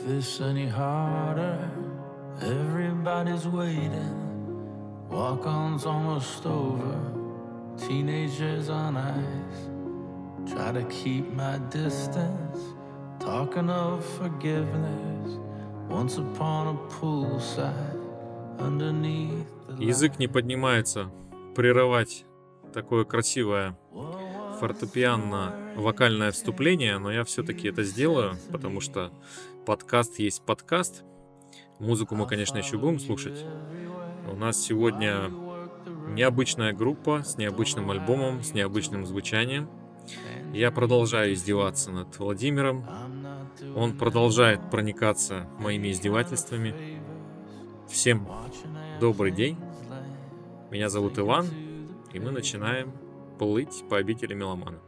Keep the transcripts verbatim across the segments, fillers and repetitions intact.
this any harder? Everybody's waiting. Walk-on's almost over. Teenagers on ice. Try to keep my distance. Talking of forgiveness. Once upon a poolside. Underneath the Язык не поднимается прерывать такое красивое фортепиано-вокальное вступление, но я все-таки это сделаю, потому что подкаст есть подкаст. Музыку мы, конечно, еще будем слушать. У нас сегодня необычная группа с необычным альбомом, с необычным звучанием. Я продолжаю издеваться над Владимиром. Он продолжает проникаться моими издевательствами. Всем добрый день. Меня зовут Иван, и мы начинаем плыть по обители меломана.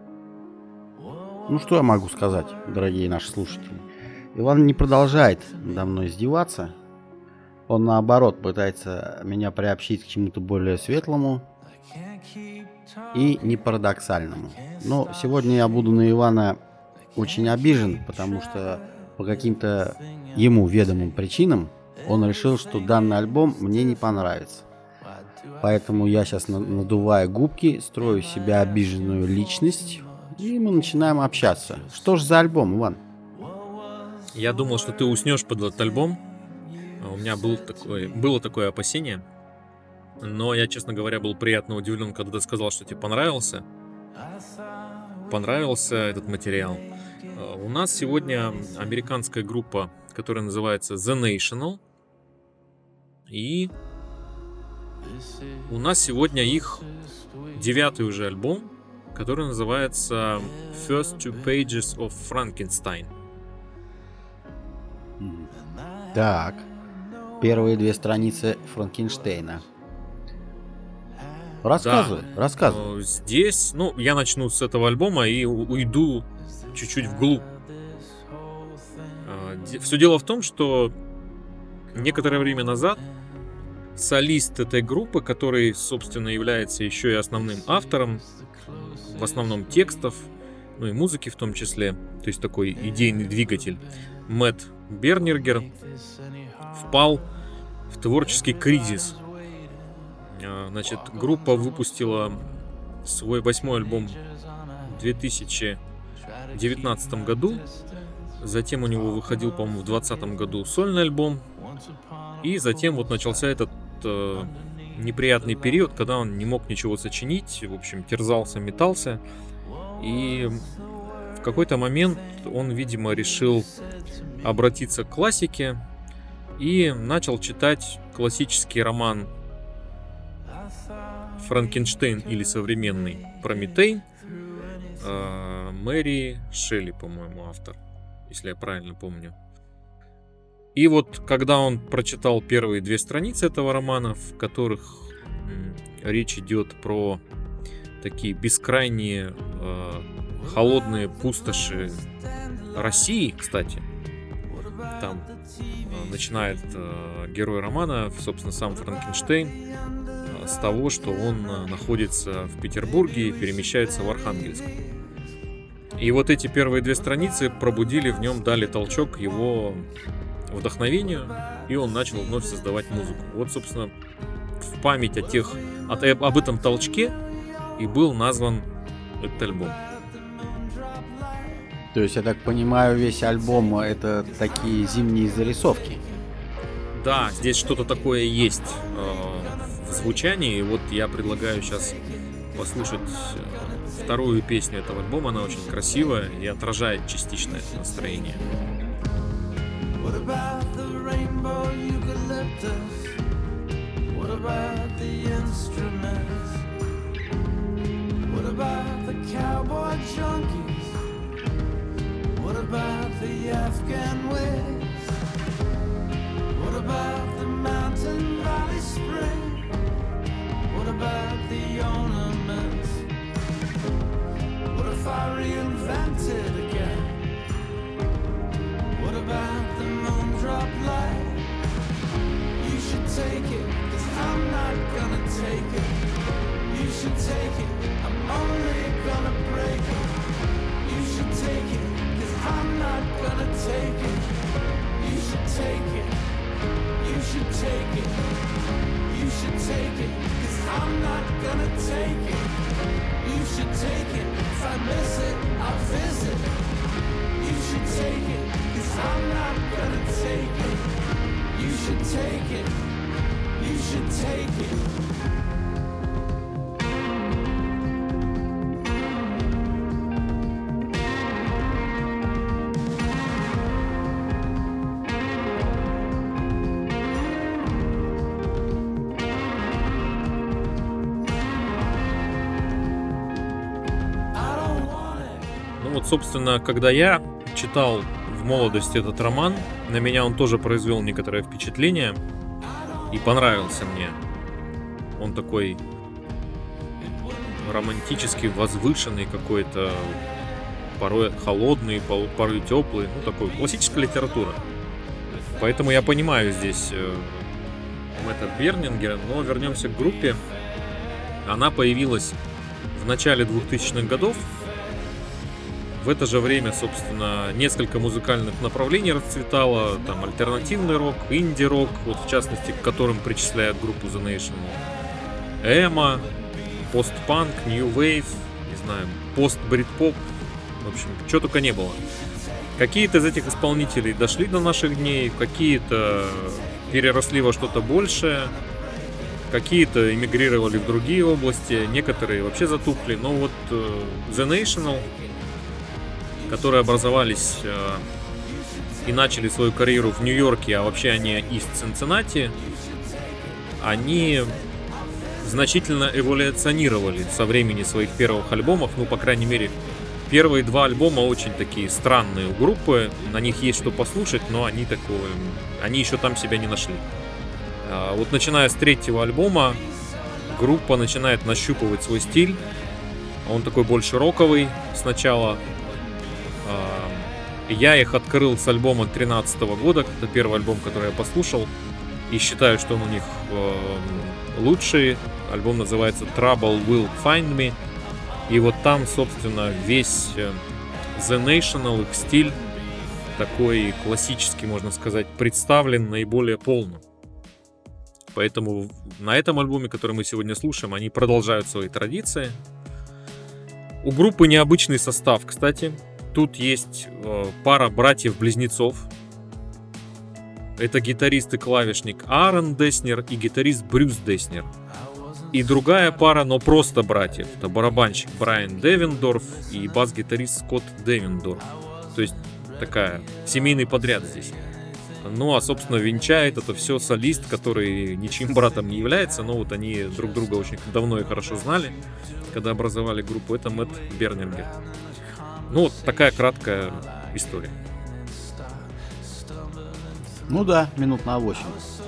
Ну что я могу сказать, дорогие наши слушатели? Иван не продолжает надо мной издеваться. Он, наоборот, пытается меня приобщить к чему-то более светлому и не парадоксальному. Но сегодня я буду на Ивана очень обижен, потому что по каким-то ему ведомым причинам он решил, что данный альбом мне не понравится. Поэтому я сейчас надуваю губки, строю из себя обиженную личность, и мы начинаем общаться. Что ж за альбом, Иван? Я думал, что ты уснешь под этот альбом. У меня был такой, было такое опасение. Но я, честно говоря, был приятно удивлен, когда ты сказал, что тебе понравился. Понравился этот материал. У нас сегодня американская группа, которая называется The National. И у нас сегодня их девятый уже альбом, который называется First Two Pages of Frankenstein. Так, первые две страницы Франкенштейна. Рассказывай, да. рассказывай. Здесь, ну, я начну с этого альбома и уйду чуть-чуть вглубь. Все дело в том, что некоторое время назад солист этой группы, который, собственно, является еще и основным автором, в основном текстов, ну и музыки в том числе, то есть такой идейный двигатель, Мэтт Бернергер, впал в творческий кризис. Значит, группа выпустила свой восьмой альбом в две тысячи девятнадцатом году. Затем у него выходил, по-моему, в двадцатом году сольный альбом. И затем вот начался этот э, неприятный период, когда он не мог ничего сочинить. В общем, терзался, метался. И в какой-то момент он, видимо, решил обратиться к классике и начал читать классический роман «Франкенштейн» или современный «Прометей». э, Мэри Шелли, по-моему, автор, если я правильно помню. И вот, когда он прочитал первые две страницы этого романа, в которых м, речь идет про такие бескрайние э, холодные пустоши России, кстати, там э, начинает э, герой романа, собственно, сам Франкенштейн, э, с того, что он э, находится в Петербурге и перемещается в Архангельск. И вот эти первые две страницы пробудили в нем, дали толчок его вдохновению, и он начал вновь создавать музыку. Вот, собственно, в память о тех, от, об этом толчке и был назван этот альбом. То есть, я так понимаю, весь альбом — это такие зимние зарисовки? Да, здесь что-то такое есть э, в звучании, и вот я предлагаю сейчас послушать э, вторую песню этого альбома. Она очень красивая и отражает частично это настроение. What about the rainbow eucalyptus? What about the instruments? What about the cowboy junkies? What about the Afghan wigs? What about the mountain valley spring? What about the ornaments? What if I reinvented again? What about the moon drop light? You should take it, cause I'm not gonna take it. You should take it, I'm only gonna break it. You should take it, cause I'm not gonna take it. You should take it. You should take it. You should take it. Cause I'm not gonna take it. You should take it. If I miss it, I'll visit. You should take it. Cause I'm not gonna take it. You should take it. You should take it. Ну вот, собственно, когда я читал в молодости этот роман, на меня он тоже произвел некоторое впечатление и понравился мне. Он такой романтически возвышенный какой-то, порой холодный, порой теплый, ну такой классическая литература. Поэтому я понимаю здесь э, Мэтта Бернингера, но вернемся к группе. Она появилась в начале двухтысячных годов. В это же время, собственно, несколько музыкальных направлений расцветало. Там альтернативный рок, инди-рок, вот в частности, к которым причисляют группу The National. Эмо, постпанк, нью вейв, не знаю, пост-брит-поп. В общем, чего только не было. Какие-то из этих исполнителей дошли до наших дней, какие-то переросли во что-то большее, какие-то эмигрировали в другие области, некоторые вообще затухли. Но вот The National, которые образовались э, и начали свою карьеру в Нью-Йорке, а вообще они из Цинциннати, они значительно эволюционировали со времени своих первых альбомов. Ну, по крайней мере, первые два альбома очень такие странные у группы. На них есть что послушать, но они такое, они еще там себя не нашли. А вот начиная с третьего альбома группа начинает нащупывать свой стиль. Он такой больше роковый сначала. Я их открыл с альбома тринадцатого года, это первый альбом, который я послушал, и считаю, что он у них э, лучший. Альбом называется Trouble Will Find Me, и вот там, собственно, весь The National, их стиль такой классический, можно сказать, представлен наиболее полно. Поэтому на этом альбоме, который мы сегодня слушаем, они продолжают свои традиции. У группы необычный состав, кстати. Тут есть э, пара братьев-близнецов. Это гитарист и клавишник Аарон Деснер и гитарист Брюс Деснер. И другая пара, но просто братьев. Это барабанщик Брайан Девендорф и бас-гитарист Скотт Девендорф. То есть такая семейный подряд здесь. Ну а, собственно, венчает это все солист, который ничьим братом не является. Но вот они друг друга очень давно и хорошо знали, когда образовали группу. Это Мэтт Бернингер. Ну, вот такая краткая история. Ну да, минут на восемь.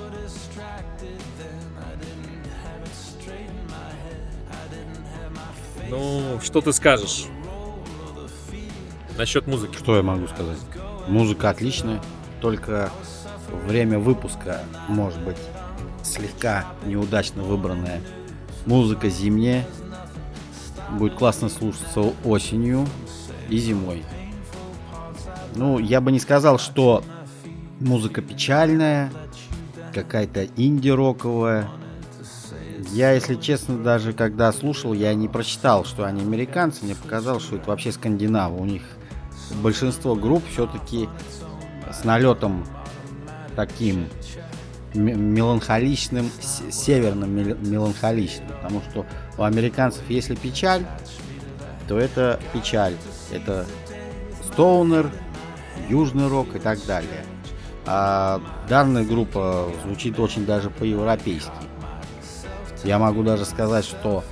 Ну, что ты скажешь насчет музыки? Что я могу сказать? Музыка отличная, только время выпуска может быть слегка неудачно выбранная. Музыка зимняя, будет классно слушаться осенью и зимой. Ну, я бы не сказал, что музыка печальная, какая-то инди-роковая. Я, если честно, даже когда слушал, я не прочитал, что они американцы. Мне показалось, что это вообще скандинавы. У них большинство групп все-таки с налетом таким меланхоличным, северным меланхоличным. Потому что у американцев, если печаль, то это печаль. Это стоунер, южный рок и так далее. А данная группа звучит очень даже по-европейски. Я могу даже сказать, что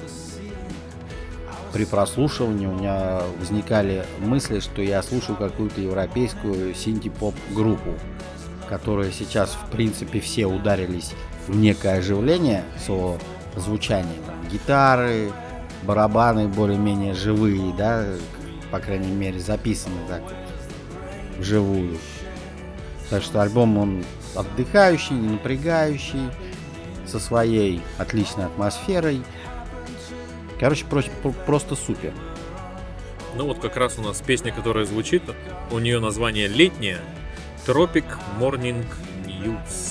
при прослушивании у меня возникали мысли, что я слушаю какую-то европейскую синти-поп группу, которые сейчас, в принципе, все ударились в некое оживление своего звучания. Там, гитары, барабаны более-менее живые, да, по крайней мере, записаны так вживую. Так что альбом, он отдыхающий, не напрягающий, со своей отличной атмосферой. Короче, про- про- просто супер. Ну вот как раз у нас песня, которая звучит, у нее название летняя, Tropic Morning News.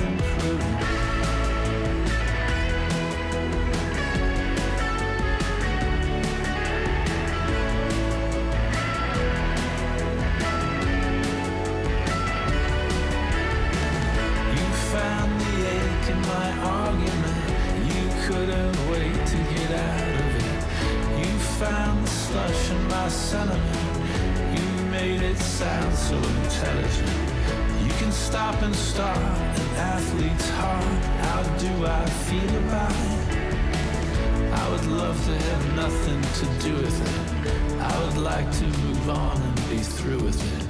Stop and start an athlete's heart. How do I feel about it? I would love to have nothing to do with it. I would like to move on and be through with it.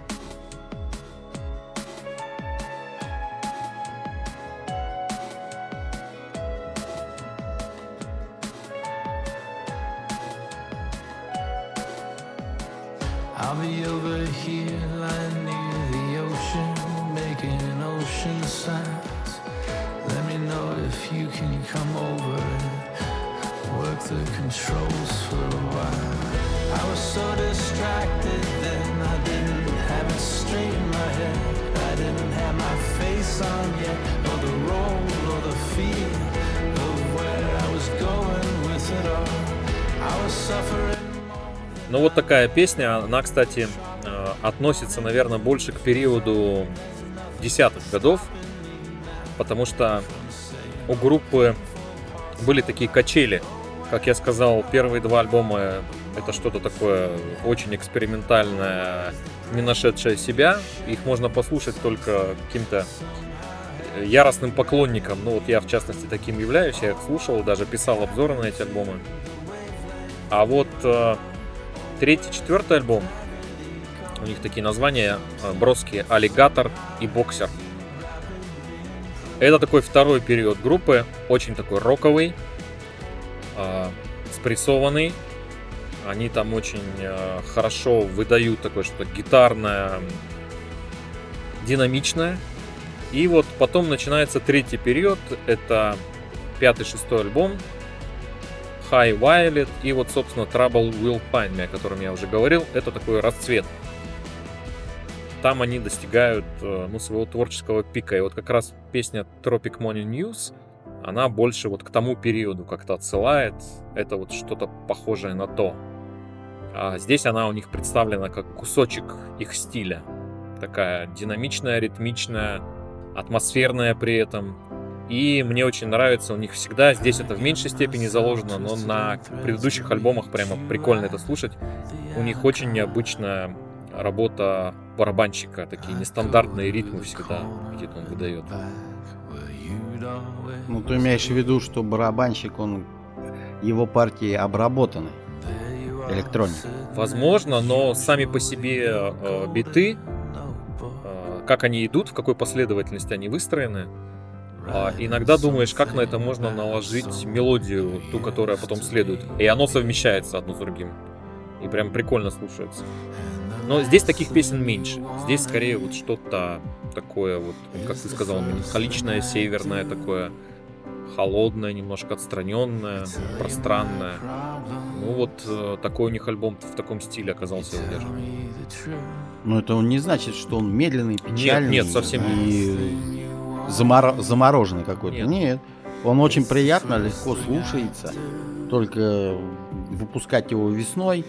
I'll be over here lying near the ocean, making ocean sounds. Let me know if you can come over and work the controls for a while. I was so distracted then, I didn't have it straight in my head. I didn't have my face on yet, or the role or the feel of where I was going with it all. I was suffering. Ну вот такая песня, она, кстати, относится, наверное, больше к периоду десятых годов, потому что у группы были такие качели. Как я сказал, первые два альбома — это что-то такое очень экспериментальное, не нашедшее себя. Их можно послушать только каким-то яростным поклонникам. Ну вот я, в частности, таким являюсь. Я их слушал, даже писал обзоры на эти альбомы. А вот третий, четвертый альбом, у них такие названия броские: «Аллигатор» и «Боксер». Это такой второй период группы, очень такой роковый, э, спрессованный. Они там очень э, хорошо выдают такое что-то гитарное, динамичное. И вот потом начинается третий период, это пятый, шестой альбом, High Violet, и вот, собственно, Trouble Will Find Me, о котором я уже говорил. Это такой расцвет. Там они достигают ну, своего творческого пика. И вот как раз песня Tropic Morning News, она больше вот к тому периоду как-то отсылает. Это вот что-то похожее на то. А здесь она у них представлена как кусочек их стиля. Такая динамичная, ритмичная, атмосферная при этом. И мне очень нравится у них всегда, здесь это в меньшей степени заложено, но на предыдущих альбомах прямо прикольно это слушать. У них очень необычная работа барабанщика, такие нестандартные ритмы всегда где-то он выдает. Ну, ты имеешь в виду, что барабанщик, он, его партии обработаны электроникой? Возможно, но сами по себе э, биты, э, как они идут, в какой последовательности они выстроены, А иногда думаешь, как на это можно наложить мелодию, ту, которая потом следует. И оно совмещается одно с другим. И прям прикольно слушается. Но здесь таких песен меньше. Здесь скорее вот что-то такое, вот, как ты сказал, меланхоличное, северное такое, холодное, немножко отстраненное, пространное. Ну вот э, такой у них альбом в таком стиле оказался даже. Но это не значит, что он медленный, печальный. Нет, нет, совсем и... Замор... замороженный какой-то. Нет. Нет. Он очень приятно, легко слушается. Только выпускать его весной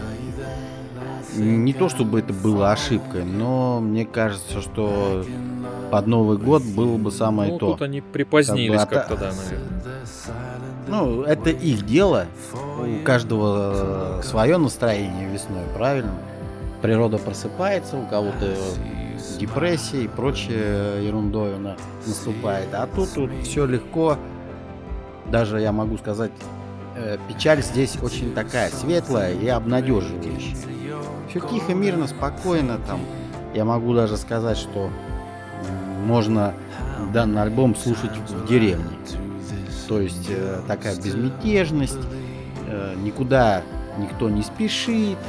не то чтобы это было ошибкой, но мне кажется, что под Новый год было бы самое ну, то. Тут они припозднились как бы, как-то, да, наверное. Ну, это их дело. У каждого свое настроение весной, правильно? Природа просыпается, у кого-то депрессия и прочая ерундой она наступает. А тут, тут все легко. Даже, я могу сказать, печаль здесь очень такая светлая и обнадеживающая. Все тихо, мирно, спокойно. Там. Я могу даже сказать, что можно данный альбом слушать в деревне. То есть такая безмятежность, никуда никто не спешит.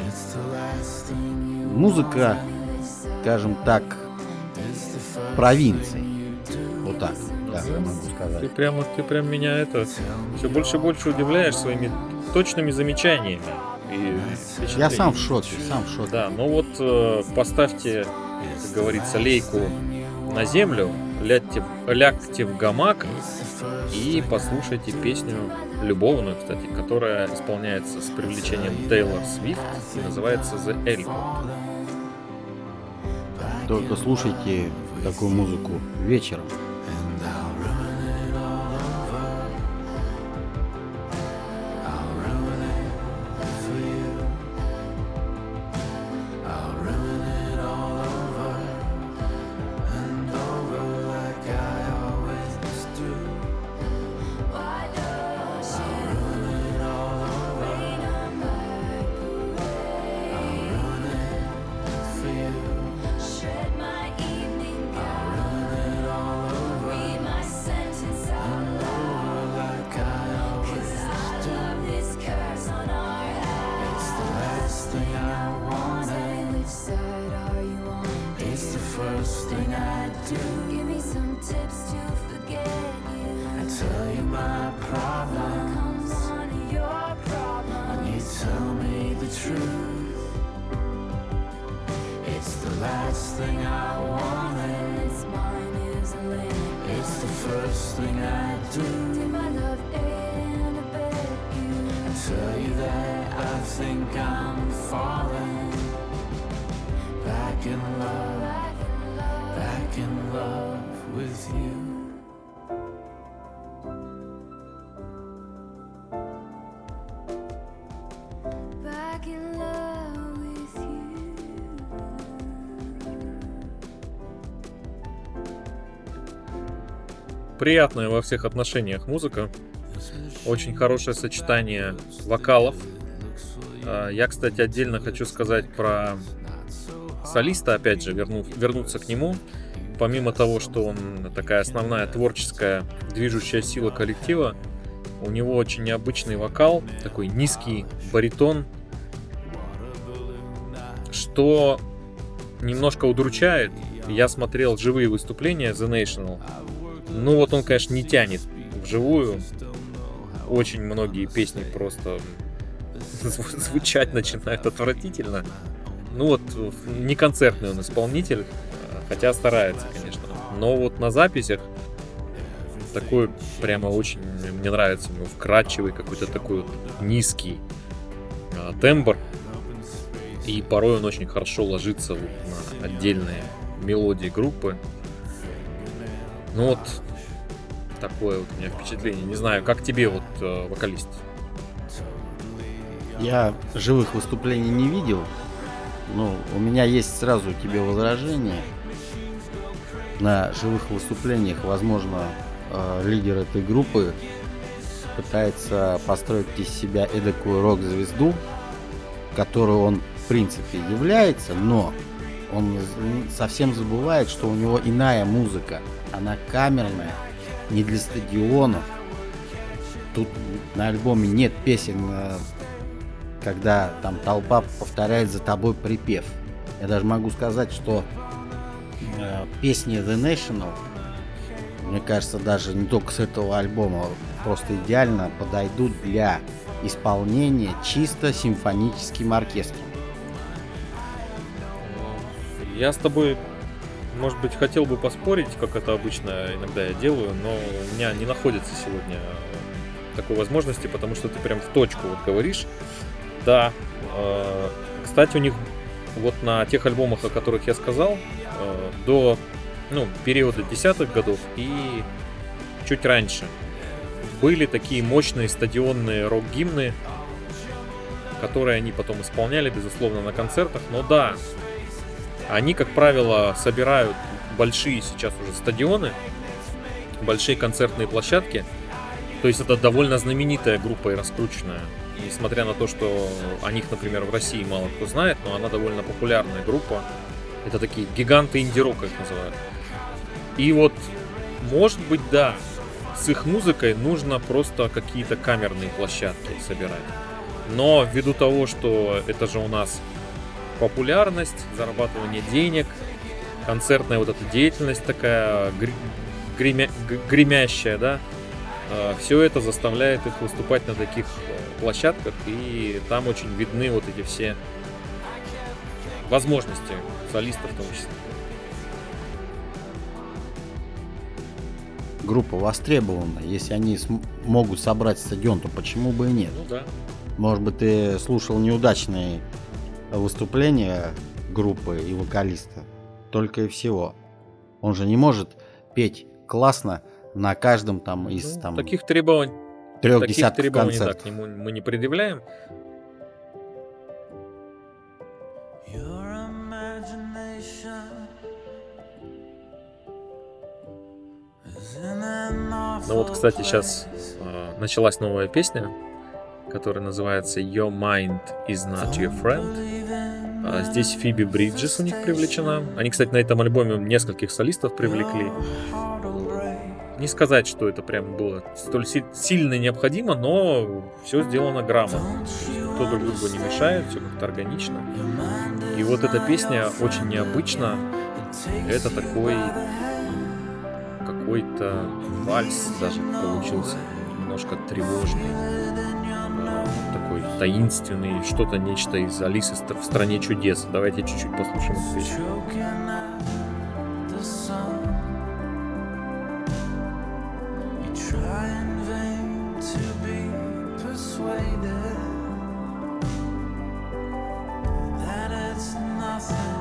Музыка, скажем так, провинции. Вот так, да, я могу сказать. Ты прямо, ты прям меня это все больше и больше удивляешь своими точными замечаниями. и Я сам в шоке, сам в шоке. Да, ну вот э, поставьте, как говорится, лейку на землю, лягте, лягте в гамак и послушайте песню любовную, кстати, которая исполняется с привлечением Тейлор Свифт и называется The Airport. Только слушайте такую музыку вечером. Приятная во всех отношениях музыка. Очень хорошее сочетание вокалов. Я, кстати, отдельно хочу сказать про солиста, опять же, верну, вернуться к нему. Помимо того, что он такая основная творческая движущая сила коллектива, у него очень необычный вокал, такой низкий баритон, что немножко удручает. Я смотрел живые выступления The National. Ну вот он, конечно, не тянет вживую. Очень многие песни просто звучать начинают отвратительно. Ну вот, не концертный он исполнитель, хотя старается, конечно. Но вот на записях такой прямо очень, мне нравится, ну, вкрадчивый какой-то такой вот низкий а, тембр. И порой он очень хорошо ложится вот на отдельные мелодии группы. Ну вот, такое вот у меня впечатление. Не знаю, как тебе вот э, вокалист? Я живых выступлений не видел. Но у меня есть сразу к тебе возражение. На живых выступлениях, возможно, э, лидер этой группы пытается построить из себя эдакую рок-звезду, которую он в принципе является, но он совсем забывает, что у него иная музыка. Она камерная, не для стадионов. Тут на альбоме нет песен, когда там толпа повторяет за тобой припев. Я даже могу сказать, что э, песни The National, мне кажется, даже не только с этого альбома, просто идеально подойдут для исполнения чисто симфоническим оркестром. Я с тобой, может быть, хотел бы поспорить, как это обычно иногда я делаю, но у меня не находится сегодня такой возможности, потому что ты прям в точку вот говоришь. Да, э, кстати, у них вот на тех альбомах, о которых я сказал, э, до ну, периода десятых годов и чуть раньше были такие мощные стадионные рок-гимны, которые они потом исполняли, безусловно, на концертах. Но да, они, как правило, собирают большие сейчас уже стадионы, большие концертные площадки. То есть это довольно знаменитая группа и раскрученная. Несмотря на то, что о них, например, в России мало кто знает, но она довольно популярная группа. Это такие гиганты инди-рока их называют. И вот, может быть, да, с их музыкой нужно просто какие-то камерные площадки собирать. Но ввиду того, что это же у нас популярность, зарабатывание денег, концертная вот эта деятельность такая гремя- гремящая, да, все это заставляет их выступать на таких площадках, и там очень видны вот эти все возможности солистов в том числе. Группа востребована. Если они см- могут собрать стадион, то почему бы и нет? Ну да. Может быть, ты слушал неудачные выступления группы и вокалиста. Только и всего. Он же не может петь классно на каждом там из Ну, там таких требований, трех таких десятков требований да, концертов. к нему мы не предъявляем. Your imagination is in an awful Ну вот, кстати, сейчас place. э, началась новая песня, которая называется Your Mind Is Not Your Friend. А здесь Фиби Бриджес у них привлечена. Они, кстати, на этом альбоме нескольких солистов привлекли. Не сказать, что это прям было столь си- сильно необходимо, но все сделано грамотно. Кто друг другу не мешает, все как-то органично. И вот эта песня очень необычна. Это такой какой-то вальс даже получился, немножко тревожный, э, такой таинственный, что-то нечто из Алисы в стране чудес. Давайте чуть-чуть послушаем эту песню. Choking out the sun. You try in vain to be persuaded that it's nothing.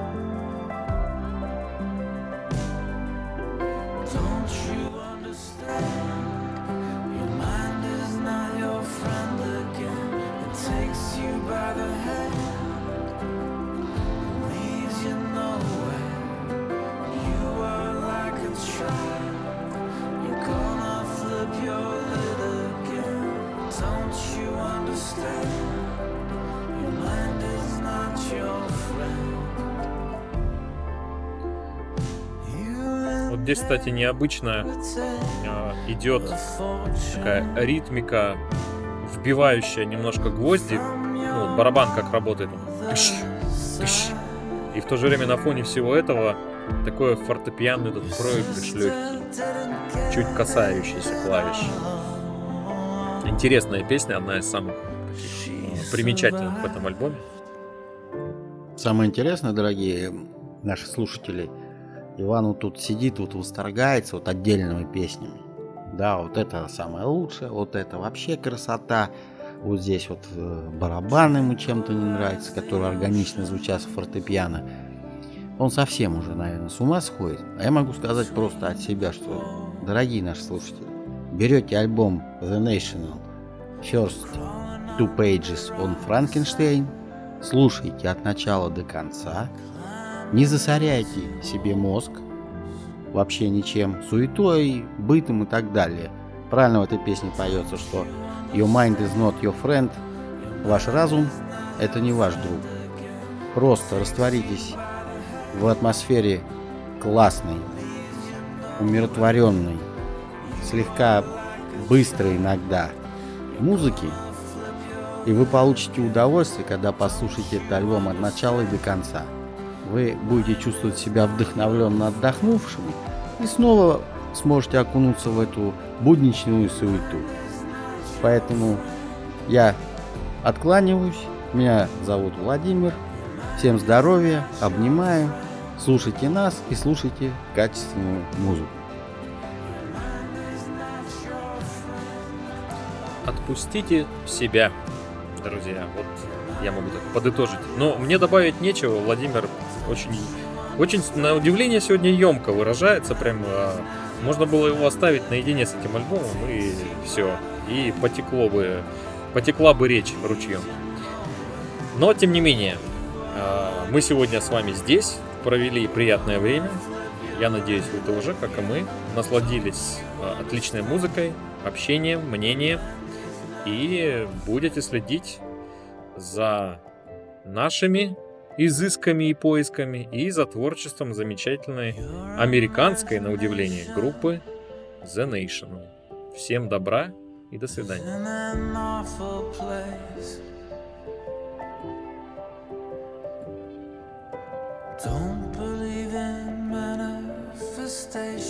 Don't you understand? Your mind is not your friend again. It takes you by the hand, leaves you nowhere. You are like a child. You're gonna flip your lid again. Don't you understand? Your mind is not your friend. Вот здесь, кстати, необычно э, идет такая ритмика, вбивающая немножко гвозди. Ну, вот барабан как работает. Тыщ, тыщ. И в то же время на фоне всего этого такой фортепианный этот проигрыш легкий, чуть касающийся клавиш. Интересная песня, одна из самых таких, э, примечательных в этом альбоме. Самое интересное, дорогие наши слушатели, Иван вот тут сидит, вот восторгается вот отдельными песнями. Да, вот это самое лучшее, вот это вообще красота. Вот здесь вот э, барабаны ему чем-то не нравятся, которые органично звучат с фортепиано. Он совсем уже, наверное, с ума сходит. А я могу сказать просто от себя, что, дорогие наши слушатели, берете альбом The National First Two Pages on Frankenstein, слушайте от начала до конца, не засоряйте себе мозг вообще ничем, суетой, бытом и так далее. Правильно в этой песне поется, что Your mind is not your friend. Ваш разум – это не ваш друг. Просто растворитесь в атмосфере классной, умиротворенной, слегка быстрой иногда музыки, и вы получите удовольствие, когда послушаете этот альбом от начала и до конца. Вы будете чувствовать себя вдохновленно отдохнувшими и снова сможете окунуться в эту будничную суету. Поэтому я откланиваюсь. Меня зовут Владимир. Всем здоровья, обнимаю. Слушайте нас и слушайте качественную музыку. Отпустите себя, друзья. Вот я могу так подытожить. Но мне добавить нечего. Владимир очень, очень на удивление сегодня емко выражается. Прям а, можно было его оставить наедине с этим альбомом, и все. И потекло бы, потекла бы речь ручьем. Но тем не менее, а, мы сегодня с вами здесь провели приятное время. Я надеюсь, вы тоже, как и мы, насладились а, отличной музыкой, общением, мнением. И будете следить за нашими изысками и поисками, и за творчеством замечательной американской, на удивление, группы The National. Всем добра и до свидания. In an awful place. Don't believe in manifestation.